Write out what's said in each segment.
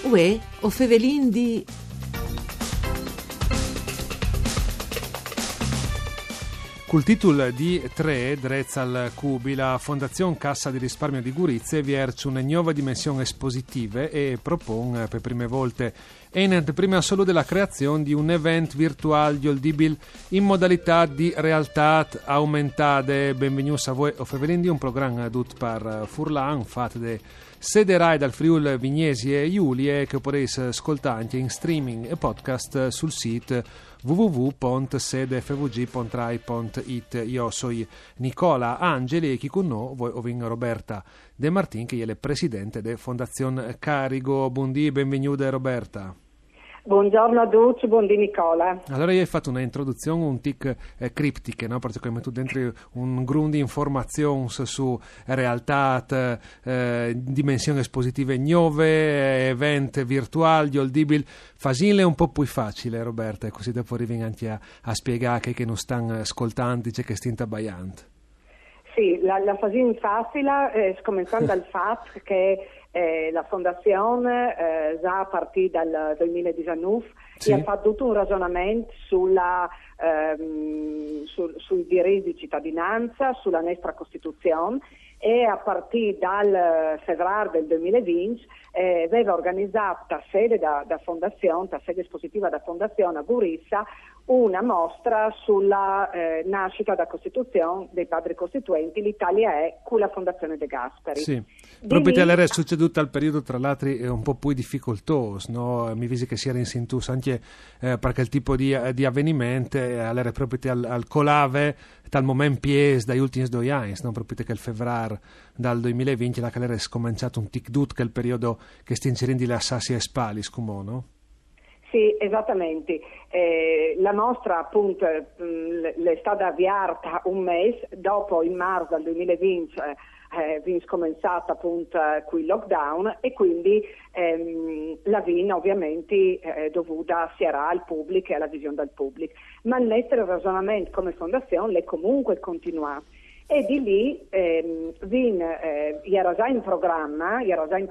Uè, o fevelin di... Col titolo di 3, drezza al Cubi, la Fondazione Cassa di Risparmio di Gorizia vierge una nuova dimensione espositiva e propone per prime volte prima solo della creazione di un evento virtuale audiibile in modalità di realtà aumentata. Benvenuti a voi o Fevelin, un programma tutto per Furlan, fatto de sederai dal Friuli Vignesi e Giulie che potete ascoltare anche in streaming e podcast sul sito www.sedefvg.rai.it. Io sono Nicola Angeli e chi con noi voi ovin Roberta De Martin che è la presidente della Fondazione Carigo. Buondì, benvenuta Roberta. Buongiorno a tutti, buondì Nicola. Allora io hai fatto una introduzione un tic criptiche, no? Perché come tu dentro un grunde di informazioni su realtà, dimensioni espositive nuove, eventi virtuali, audiibili, facile un po' più facile Roberta, e così dopo arrivi anche a spiegare che non stanno ascoltando, che stiano abbagliando. Sì, la facile facile, cominciando dal fatto che la Fondazione già a partire dal 2019 sì, ha fatto tutto un ragionamento sui diritti di cittadinanza, sulla nostra Costituzione, e a partire dal febbraio del 2020 aveva organizzato a sede da Fondazione, a sede espositiva da Fondazione a Gorizia, una mostra sulla nascita da Costituzione dei padri costituenti, l'Italia è con la Fondazione De Gasperi. Sì, proprio te l'era succeduto al periodo tra l'altro un po' più difficoltoso, no? Mi visi che si era in sintus anche perché il tipo di avvenimento era proprio al colave dal momento pies dagli ultimi 2 anni, no? Proprio che il febbraio dal 2020 la calera è scominciato un tic dut che è il periodo che sti inserendo le assassi e spali, scumo, no? Sì, esattamente. La mostra appunto è stata avviata un mese dopo, in marzo del 2020 è cominciata appunto qui il lockdown, e quindi la VIN ovviamente dovuta sia al pubblico e alla visione del pubblico, ma il nostro ragionamento come fondazione è comunque continuato. E di lì era già in programma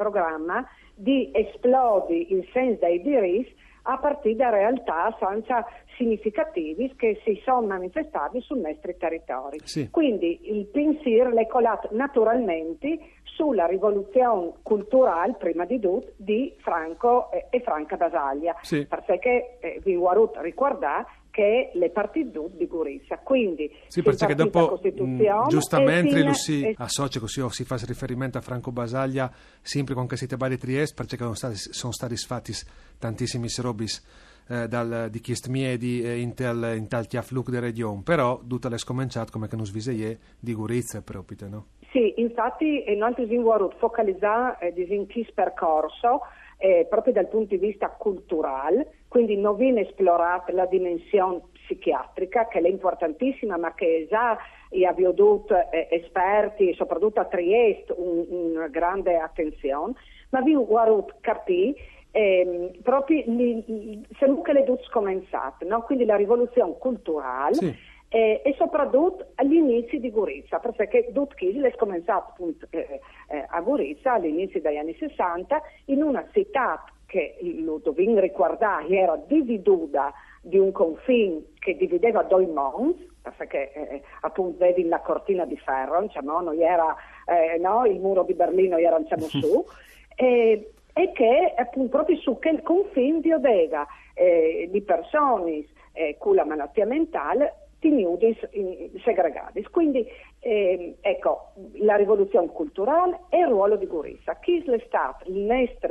di esplodere il senso dei diritti a partire da realtà senza significativi che si sono manifestati sui nostri territori. Sì. Quindi il pensiero è colato naturalmente sulla rivoluzione culturale, prima di tutto, di Franco e Franca Basaglia, sì, perché vi vorrei ricordare che le partite di Gorizia, quindi sì, perché dopo giustamente lo si associa così o si fa riferimento a Franco Basaglia sempre con che si te di Trieste, perché sono stati fatti tantissimi robis di Chiestmiedi in tal chiafluc de region, però tutta le scominciate come che non svise di Gorizia proprio, no? Sì, infatti noi abbiamo voluto focalizzare in questo percorso proprio dal punto di vista culturale, quindi non viene esplorata la dimensione psichiatrica, che è importantissima, ma che già abbiamo avuto esperti, soprattutto a Trieste, una grande attenzione, ma vi ho capito proprio sembra che le due scomensate, no? Quindi la rivoluzione culturale, sì, e soprattutto agli inizi di Gorizia, perché Dutchisi è scomenzato appunto a Gorizia all'inizio degli anni 60 in una città che lo dobbiamo ricordare era dividuta di un confine che divideva 2 mondi, perché appunto vedi la cortina di ferro, diciamo, non era, il muro di Berlino era su, e che appunto proprio su quel confine diodeva di persone con la malattia mentale tenuti segregati. Quindi ecco la rivoluzione culturale e il ruolo di Gorizia. Chi è stato il nostro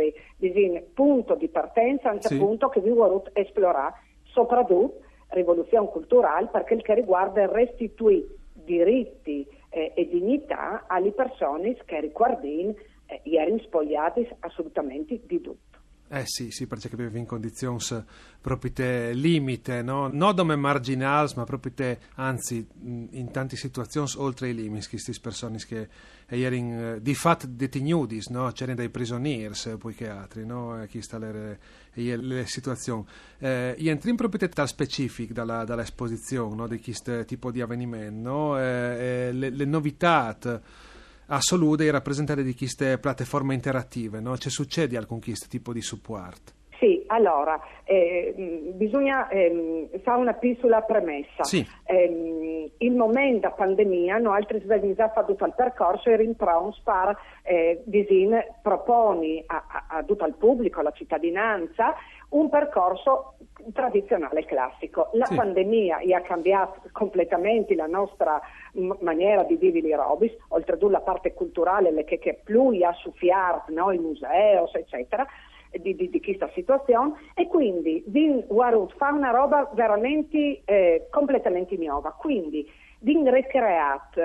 punto di partenza, anche sì, punto che vi voglio esplorare, soprattutto rivoluzione culturale, perché il che riguarda il restituire diritti e dignità alle persone che riguardano erano spogliati assolutamente di tutto. Sì, perché avevi in condizioni proprio te limite, no? Non come marginali, ma proprio te, anzi, in tante situazioni oltre i limiti, queste persone che erano di fatto detenuti, no? C'erano dei prigionieri, poi che altri, no? Chi sta le situazioni. Entriamo proprio te specifico dalla esposizione, no? Di questo tipo di avvenimento, no? Le novità a Solude rappresentare di queste piattaforme interattive, no? Ci succede alcun questo tipo di support? Sì, allora, bisogna fare una piccola premessa. Sì. Il momento da pandemia, noi altri sveglia fatto il percorso e rintrons per proponi a tutto il pubblico, alla cittadinanza, un percorso tradizionale classico. La pandemia ha cambiato completamente la nostra maniera di vivere i robis, oltretutto la parte culturale che più ha suffiato, no? I musei, eccetera, di questa situazione, e quindi fa una roba veramente completamente nuova. Quindi din ricreat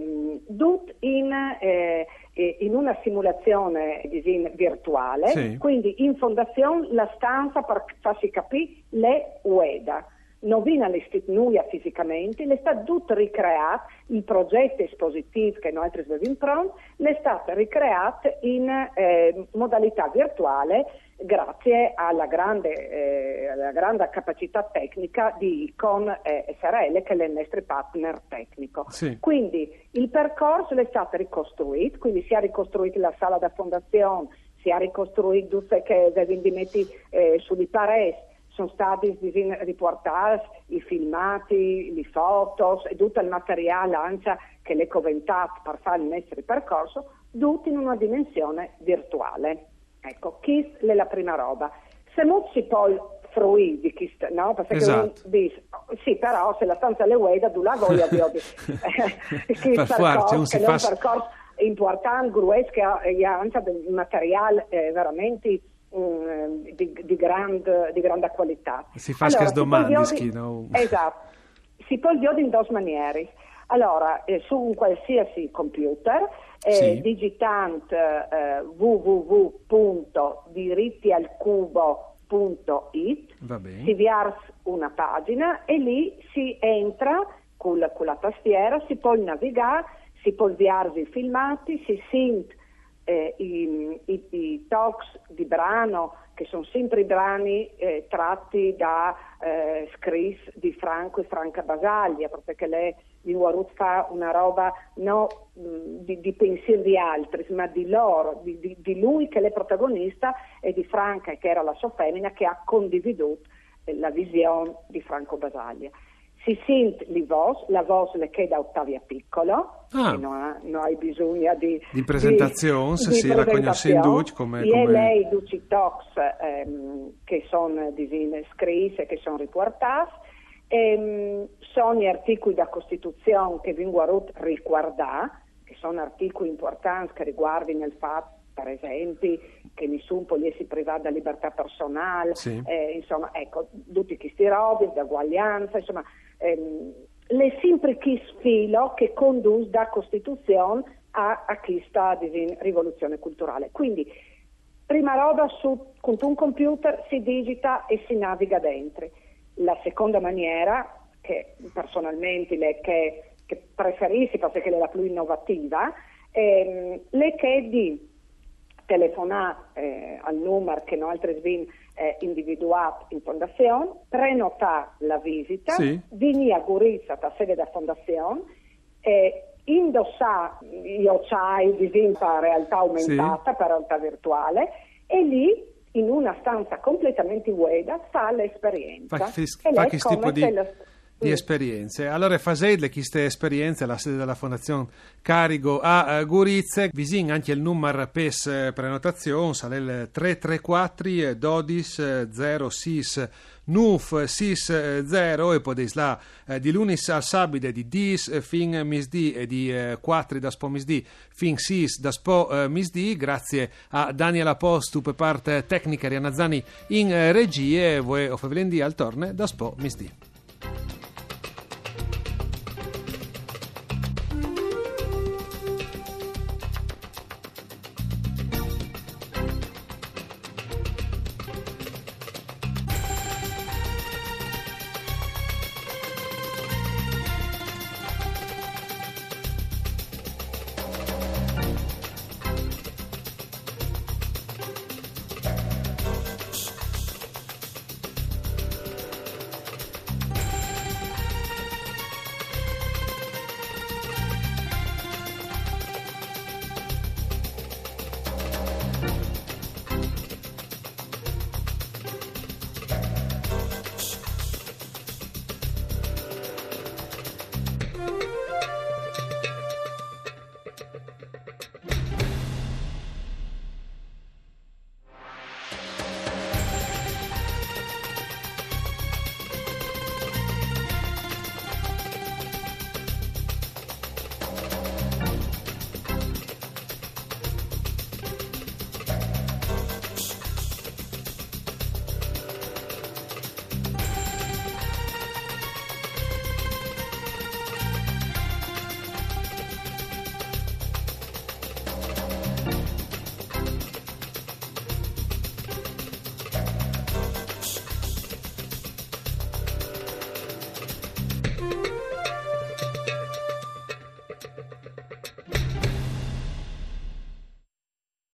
in una simulazione virtuale, quindi in fondazione la stanza per farsi capire le UEDA. Non viene all'istituto fisicamente, le sta tutto ricreato, il progetto espositivo che noi altri abbiamo pronto, le sta ricreato in modalità virtuale grazie alla grande capacità tecnica di Icon SRL, che è il nostro partner tecnico. Sì. Quindi il percorso è stato ricostruito, quindi si è ricostruita la sala da fondazione, si è ricostruito tutte che vengono messi sugli pareti, sono stati riportati i filmati, le foto e tutto il materiale ANCIA che l'è coventato per fare il nostro percorso, tutto in una dimensione virtuale. Ecco, questa è la prima roba. Se non si può fruire di questo, no? Perché dice, sì, però se la stanza le UEDA, tu la voglia di per forza, non si fa... un percorso importante, grueso, che ha anche un materiale veramente di grande qualità. Si fa domande, no? Esatto, si può dire in due maniere. Allora, su un qualsiasi computer, digitante www.dirittialcubo.it, si viarsa una pagina e lì si entra con la tastiera, si può navigare, si può viarsi i filmati, si sente i talks di brano, che sono sempre i brani tratti da scritti di Franco e Franca Basaglia, perché lei di Warut fa una roba non di pensieri di altri, ma di loro, di lui che è protagonista e di Franca, che era la sua femmina, che ha condividuto la visione di Franco Basaglia. Si sente la voce che è da Ottavia Piccolo, che non ha bisogno di presentazione, si la conoscendo come e lei duci talks che sono scritti e che sono riportati, sono gli articoli da Costituzione che vengono riguardati, che sono articoli importanti che riguardano il fatto, per esempio, che nessuno può essere privato da libertà personale, insomma, ecco, tutti questi robi, da uguaglianza, insomma, le sempre chi sfilo che conduce da Costituzione a questa rivoluzione culturale. Quindi, prima roba, con un computer si digita e si naviga dentro. La seconda maniera, che personalmente che preferissi perché è la più innovativa, è che è di telefonare al numero che noi altri abbiamo individuato in fondazione, prenotare la visita, venire a Gorizia, a sede della fondazione, indossare gli occhiali di realtà aumentata, per realtà virtuale, e lì in una stanza completamente UEDA fa l'esperienza. Fa che tipo di esperienze. Allora, fasedle queste esperienze alla sede della Fondazione Carigo a Gorizia. Visin anche il numero per prenotazione, sale il 334 12 06 960 e potete là di lunis al sabato di 10 fin misdì e di 4 da spo misdì fin 6 da spo misdì. Grazie a Daniela Postu per parte tecnica, Rianazzani in regie, voi offrivelendi al torne da spo misdì.